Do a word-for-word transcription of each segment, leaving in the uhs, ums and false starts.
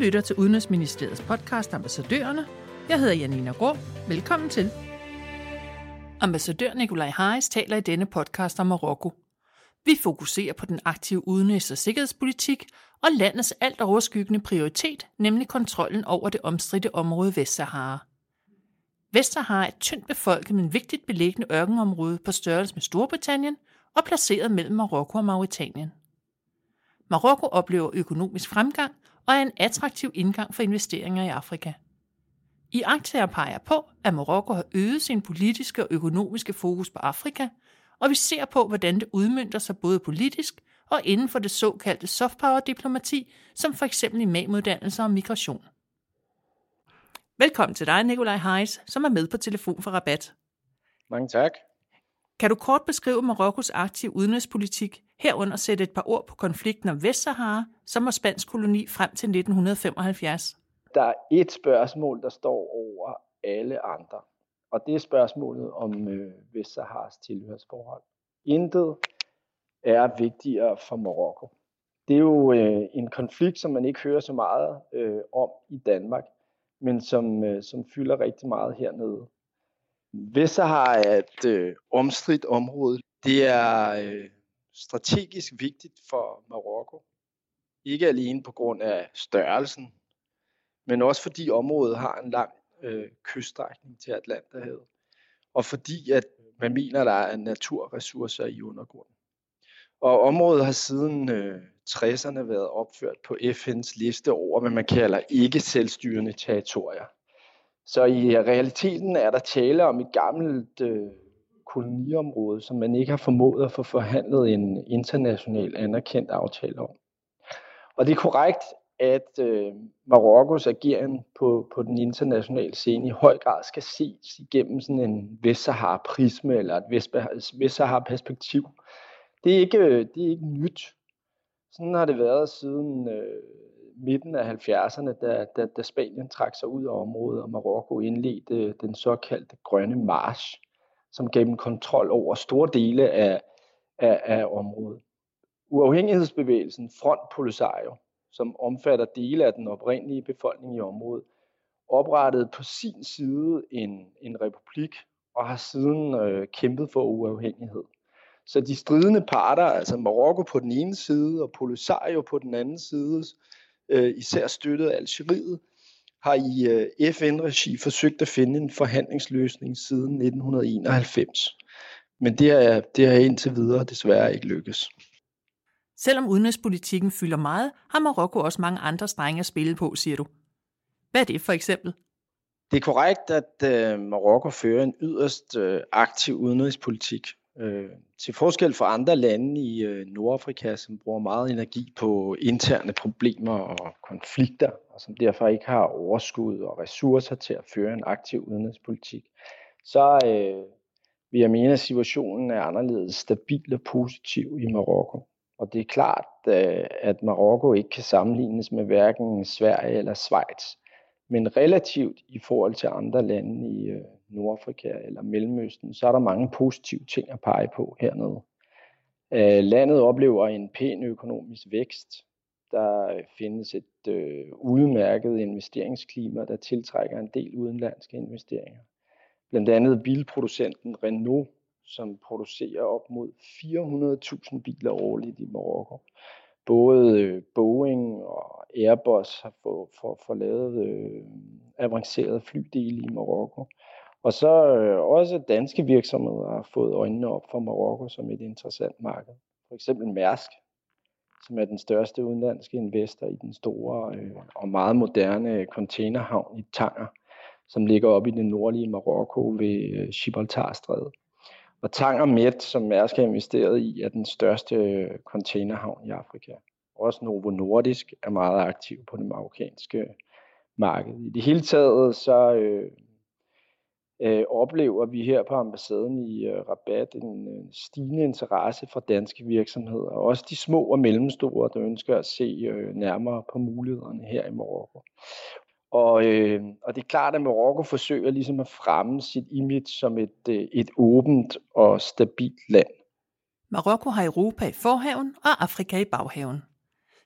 lytter til Udenrigsministeriets podcast Ambassadørerne. Jeg hedder Janina Grå. Velkommen til. Ambassadør Nikolaj Harris taler i denne podcast om Marokko. Vi fokuserer på den aktive udenrigs- og sikkerhedspolitik og landets alt overskyggende prioritet, nemlig kontrollen over det omstridte område Vestsahara. Vestsahara er et tyndt befolket, men vigtigt beliggende ørkenområde på størrelse med Storbritannien og placeret mellem Marokko og Mauretanien. Marokko oplever økonomisk fremgang og er en attraktiv indgang for investeringer i Afrika. Iagttagere peger på, at Marokko har øget sin politiske og økonomiske fokus på Afrika, og vi ser på, hvordan det udmønter sig både politisk og inden for det såkaldte softpower-diplomati, som for eksempel imamuddannelser og migration. Velkommen til dig, Nikolaj Harris, som er med på telefon fra Rabat. Mange tak. Kan du kort beskrive Marokkos aktive udenrigspolitik, herunder sætte et par ord på konflikten om Vestsahara, som var spansk koloni frem til nitten femoghalvfjerds? Der er et spørgsmål, der står over alle andre, og det er spørgsmålet om øh, Vestsaharas tilhørsforhold. Intet er vigtigere for Marokko. Det er jo øh, en konflikt, som man ikke hører så meget øh, om i Danmark, men som, øh, som fylder rigtig meget hernede. Vestsahara er et øh, omstridt område. Det er øh, strategisk vigtigt for Marokko. Ikke alene på grund af størrelsen, men også fordi området har en lang øh, kyststrækning til Atlanterhavet. Og fordi at man mener, der er naturressourcer i undergrunden. Og området har siden øh, tresserne været opført på F N's liste over, hvad man kalder ikke-selvstyrende territorier. Så i realiteten er der tale om et gammelt øh, koloniområde, som man ikke har formået at få forhandlet en international anerkendt aftale om. Og det er korrekt, at øh, Marokkos ageren på, på den internationale scene i høj grad skal ses igennem sådan en Vestsahara-prisme eller et Vestsahara-perspektiv. Det er ikke, det er ikke nyt. Sådan har det været siden øh, midten af halvfjerdserne, da, da, da Spanien trak sig ud af området, og Marokko indledte den såkaldte grønne march, som gav dem kontrol over store dele af, af, af området. Uafhængighedsbevægelsen Front Polisario, som omfatter dele af den oprindelige befolkning i området, oprettede på sin side en, en republik og har siden øh, kæmpet for uafhængighed. Så de stridende parter, altså Marokko på den ene side og Polisario på den anden side, øh, især støttet af Algeriet, har i øh, F N-regi forsøgt at finde en forhandlingsløsning siden nitten enoghalvfems. Men det er, det er indtil videre desværre ikke lykkes. Selvom udenrigspolitikken fylder meget, har Marokko også mange andre strenge at spille på, siger du. Hvad er det for eksempel? Det er korrekt, at øh, Marokko fører en yderst øh, aktiv udenrigspolitik. Øh, til forskel fra andre lande i øh, Nordafrika, som bruger meget energi på interne problemer og konflikter, og som derfor ikke har overskud og ressourcer til at føre en aktiv udenrigspolitik, så øh, vil jeg mene, at situationen er anderledes stabil og positiv i Marokko. Og det er klart, at Marokko ikke kan sammenlignes med hverken Sverige eller Schweiz, men relativt i forhold til andre lande i Nordafrika eller Mellemøsten, så er der mange positive ting at pege på hernede. Landet oplever en pæn økonomisk vækst. Der findes et udmærket investeringsklima, der tiltrækker en del udenlandske investeringer. Blandt andet bilproducenten Renault, som producerer op mod fire hundrede tusind biler årligt i Marokko. Både Boeing og Airbus har fået for, for lavet øh, avancerede flydele i Marokko. Og så øh, også danske virksomheder har fået øjnene op for Marokko som et interessant marked. For eksempel Mærsk, som er den største udenlandske investor i den store øh, og meget moderne containerhavn i Tanger, som ligger oppe i det nordlige Marokko ved øh, Gibraltarstrædet. Og Tanger Med, som Mærsk har investeret i, er den største containerhavn i Afrika. Også Novo Nordisk er meget aktiv på det marokkanske marked. I det hele taget så øh, øh, oplever vi her på ambassaden i øh, Rabat en øh, stigende interesse fra danske virksomheder. Og også de små og mellemstore, der ønsker at se øh, nærmere på mulighederne her i Marokko. Og, øh, og det er klart, at Marokko forsøger ligesom at fremme sit image som et, øh, et åbent og stabilt land. Marokko har Europa i forhaven og Afrika i baghaven.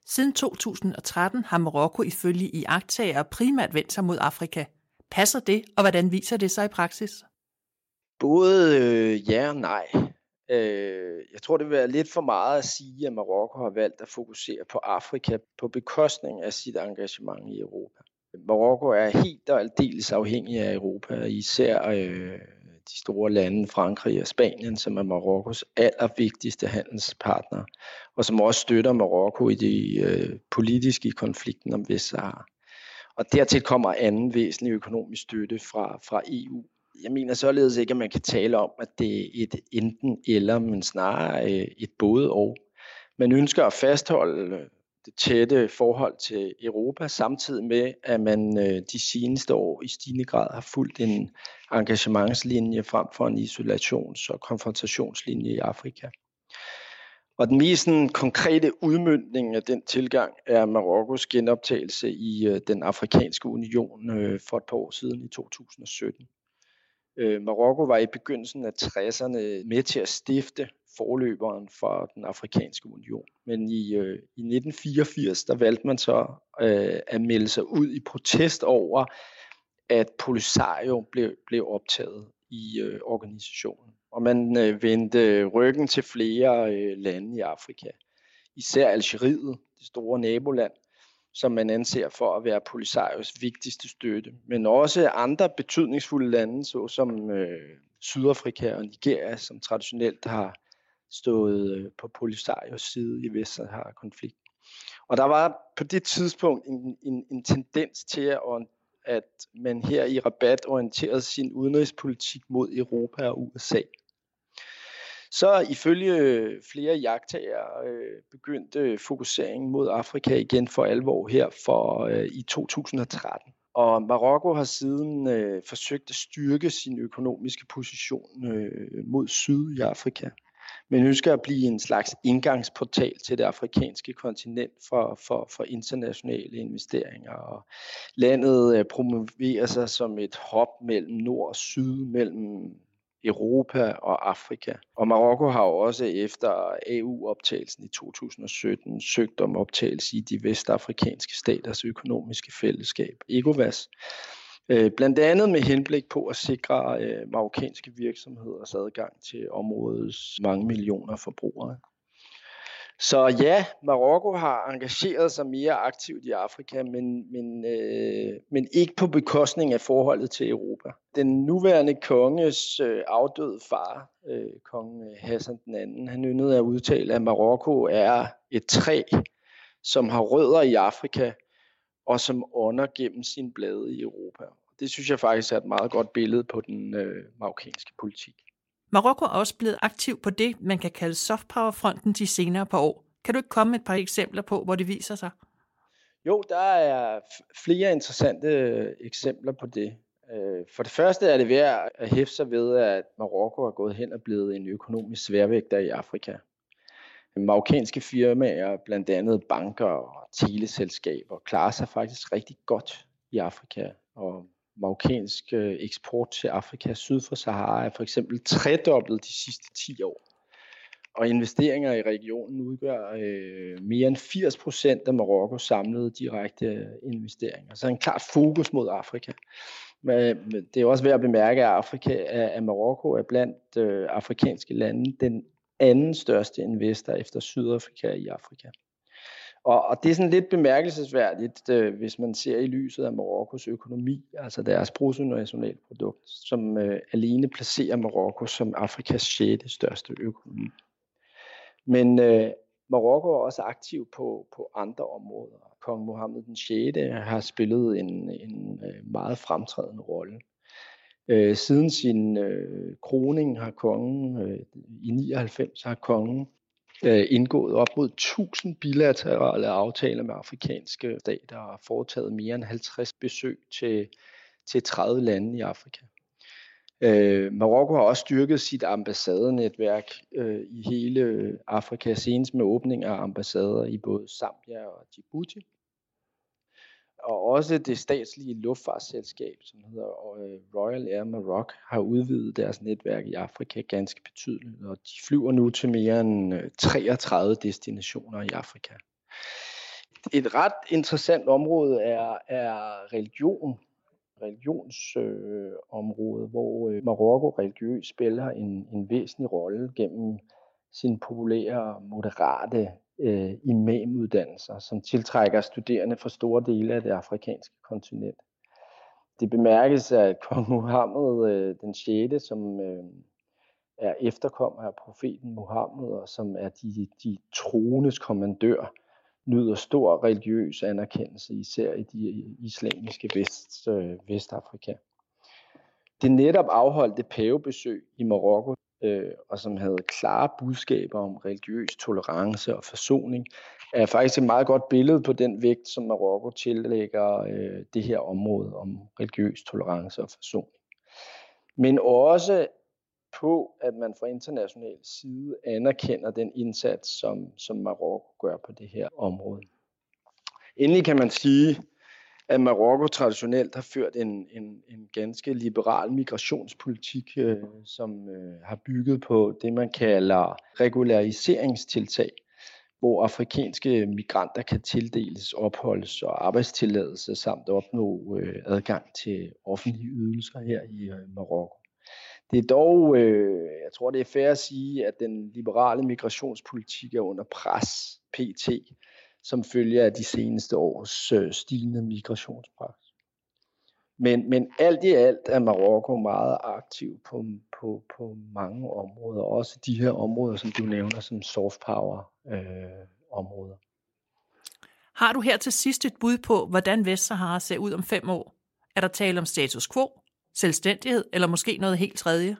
Siden to tusind og tretten har Marokko ifølge iagttagere primært vendt sig mod Afrika. Passer det, og hvordan viser det sig i praksis? Både øh, ja og nej. Øh, jeg tror, det vil være lidt for meget at sige, at Marokko har valgt at fokusere på Afrika på bekostning af sit engagement i Europa. Marokko er helt og aldeles afhængig af Europa, især øh, de store lande, Frankrig og Spanien, som er Marokkos allervigtigste handelspartner, og som også støtter Marokko i de øh, politiske konflikten om Vestsahara. Og dertil kommer anden væsentlig økonomisk støtte fra, fra E U. Jeg mener således ikke, at man kan tale om, at det er et enten eller, men snarere et både og. Man ønsker at fastholde det tætte forhold til Europa, samtidig med, at man de seneste år i stigende grad har fulgt en engagementslinje frem for en isolations- og konfrontationslinje i Afrika. Og den mest konkrete udmøntning af den tilgang er Marokkos genoptagelse i den afrikanske union for et par år siden i to tusind og sytten. Marokko var i begyndelsen af tresserne med til at stifte forløberen for den afrikanske union. Men i, øh, i nitten fireogfirs, der valgte man så øh, at melde sig ud i protest over, at Polisario blev, blev optaget i øh, organisationen. Og man øh, vendte ryggen til flere øh, lande i Afrika. Især Algeriet, det store naboland, som man anser for at være Polisarios vigtigste støtte. Men også andre betydningsfulde lande, såsom øh, Sydafrika og Nigeria, som traditionelt har stået øh, på Polisarios side i Vestsahara-konflikten. Og der var på det tidspunkt en, en, en tendens til, at, at man her i Rabat orienterede sin udenrigspolitik mod Europa og U S A. Så ifølge flere iagttagere øh, begyndte fokuseringen mod Afrika igen for alvor her for øh, i to tusind og tretten. Og Marokko har siden øh, forsøgt at styrke sin økonomiske position øh, mod syd i Afrika. Men ønsker at blive en slags indgangsportal til det afrikanske kontinent for, for, for internationale investeringer. Og landet øh, promoverer sig som et hop mellem nord og syd, mellem Europa og Afrika. Og Marokko har jo også efter A U-optagelsen i to tusind og sytten søgt om optagelse i de vestafrikanske staters økonomiske fællesskab, ECOWAS. Blandt andet med henblik på at sikre marokkanske virksomheders adgang til områdets mange millioner forbrugere. Så ja, Marokko har engageret sig mere aktivt i Afrika, men, men, øh, men ikke på bekostning af forholdet til Europa. Den nuværende konges øh, afdøde far, øh, kong Hassan den anden, han yndede at udtale, at Marokko er et træ, som har rødder i Afrika, og som ånder gennem sin blade i Europa. Det synes jeg faktisk er et meget godt billede på den øh, marokkanske politik. Marokko er også blevet aktiv på det, man kan kalde softpower-fronten de senere par år. Kan du ikke komme med et par eksempler på, hvor det viser sig? Jo, der er flere interessante eksempler på det. For det første er det værd at hæfte sig ved, at Marokko er gået hen og blevet en økonomisk sværvægter i Afrika. Marokkanske firmaer, blandt andet banker og teleselskaber, klarer sig faktisk rigtig godt i Afrika. Og marokkansk eksport til Afrika syd for Sahara er for eksempel tredoblet de sidste ti år. Og investeringer i regionen udgør øh, mere end firs procent af Marokkos samlede direkte investeringer. Så en klart fokus mod Afrika. Men det er også værd at bemærke, at Afrika, at Marokko er blandt øh, afrikanske lande den anden største investor efter Sydafrika i Afrika. Og, og det er sådan lidt bemærkelsesværdigt, øh, hvis man ser i lyset af Marokkos økonomi, altså deres bruttonationalprodukt, som øh, alene placerer Marokko som Afrikas sjette største økonomi. Men øh, Marokko er også aktiv på, på andre områder. Kong Mohammed den sjette har spillet en, en meget fremtrædende rolle. Øh, siden sin øh, kroning har kongen, øh, i nioghalvfems har kongen øh, indgået op mod tusind bilaterale aftaler med afrikanske stater og foretaget mere end halvtreds besøg til, til tredive lande i Afrika. Øh, Marokko har også styrket sit ambassadenetværk øh, i hele Afrika, senest med åbning af ambassader i både Zambia og Djibouti. Og også det statslige luftfartsselskab, som hedder Royal Air Maroc, har udvidet deres netværk i Afrika ganske betydeligt, og de flyver nu til mere end treogtredive destinationer i Afrika. et ret interessant område er, er religion. Religionsområde, øh, hvor øh, Marokko religiøst spiller en, en væsentlig rolle gennem sine populære, moderate øh, imamuddannelser, som tiltrækker studerende fra store dele af det afrikanske kontinent. Det bemærkes, at kong Muhammed øh, den sjette, som øh, er efterkommer af profeten Muhammed, og som er de, de troendes kommandør, nyder stor religiøs anerkendelse, især i de islamiske vest, øh, Vestafrika. Det netop afholdte pavebesøg i Marokko, øh, og som havde klare budskaber om religiøs tolerance og forsoning, er faktisk et meget godt billede på den vægt, som Marokko tillægger øh, det her område om religiøs tolerance og forsoning. Men også på, at man fra international side anerkender den indsats, som, som Marokko gør på det her område. Endelig kan man sige, at Marokko traditionelt har ført en, en, en ganske liberal migrationspolitik, øh, som øh, har bygget på det, man kalder regulariseringstiltag, hvor afrikanske migranter kan tildeles opholds- og arbejdstilladelse samt opnå øh, adgang til offentlige ydelser her i øh, Marokko. Det er dog, øh, jeg tror det er fair at sige, at den liberale migrationspolitik er under pres pt., som følge af de seneste års øh, stigende migrationspraksis. Men, men alt i alt er Marokko meget aktiv på, på, på mange områder, også de her områder, som du nævner som soft power øh, områder. Har du her til sidst et bud på, hvordan Vestsahara ser ud om fem år? Er der tale om status quo, selvstændighed eller måske noget helt tredje?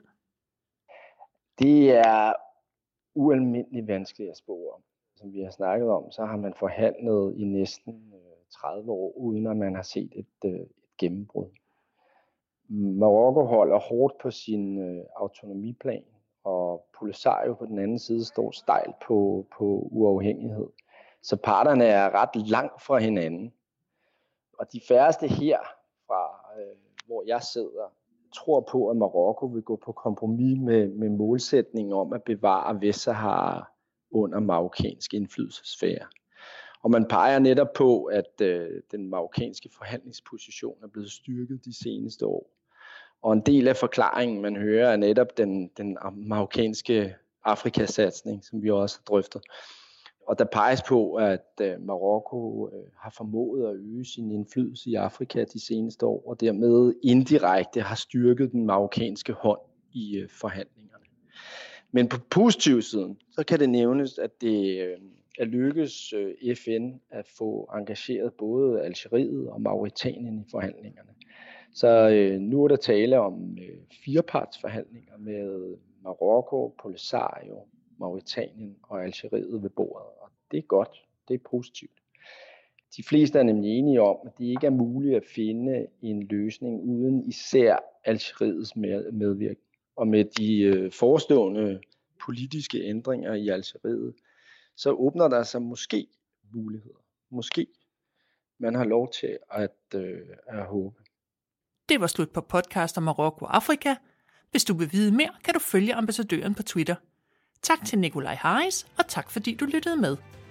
Det er ualmindeligt vanskeligt at spore. Som vi har snakket om, så har man forhandlet i næsten tredive år, uden at man har set et, et gennembrud. Marokko holder hårdt på sin autonomiplan, og Polisario på den anden side står stejlt på, på uafhængighed. Så parterne er ret langt fra hinanden. Og de færreste her, fra øh, hvor jeg sidder, tror på, at Marokko vil gå på kompromis med, med målsætningen om at bevare Vestsahara under marokkansk indflydelsessfære. Og man peger netop på, at øh, den marokkanske forhandlingsposition er blevet styrket de seneste år. Og en del af forklaringen, man hører, er netop den, den marokkanske Afrikasatsning, som vi også har drøftet. Og der peges på, at øh, Marokko øh, har formået at øge sin indflydelse i Afrika de seneste år, og dermed indirekte har styrket den marokkanske hånd i øh, forhandlingerne. Men på positiv siden, så kan det nævnes, at det øh, er lykkedes øh, F N at få engageret både Algeriet og Mauretanien i forhandlingerne. Så øh, nu er der tale om øh, firepartsforhandlinger med Marokko, Polisario, Mauretanien og Algeriet ved bordet. Og det er godt, det er positivt. De fleste er nemlig enige om, at det ikke er muligt at finde en løsning uden især Algeriets medvirkning. Og med de øh, forestående politiske ændringer i Algeriet, så åbner der sig måske muligheder. Måske. Man har lov til at, øh, at håbe. Det var slut på podcast om Marokko og Afrika. Hvis du vil vide mere, kan du følge ambassadøren på Twitter. Tak til Nikolaj Harris, og tak fordi du lyttede med.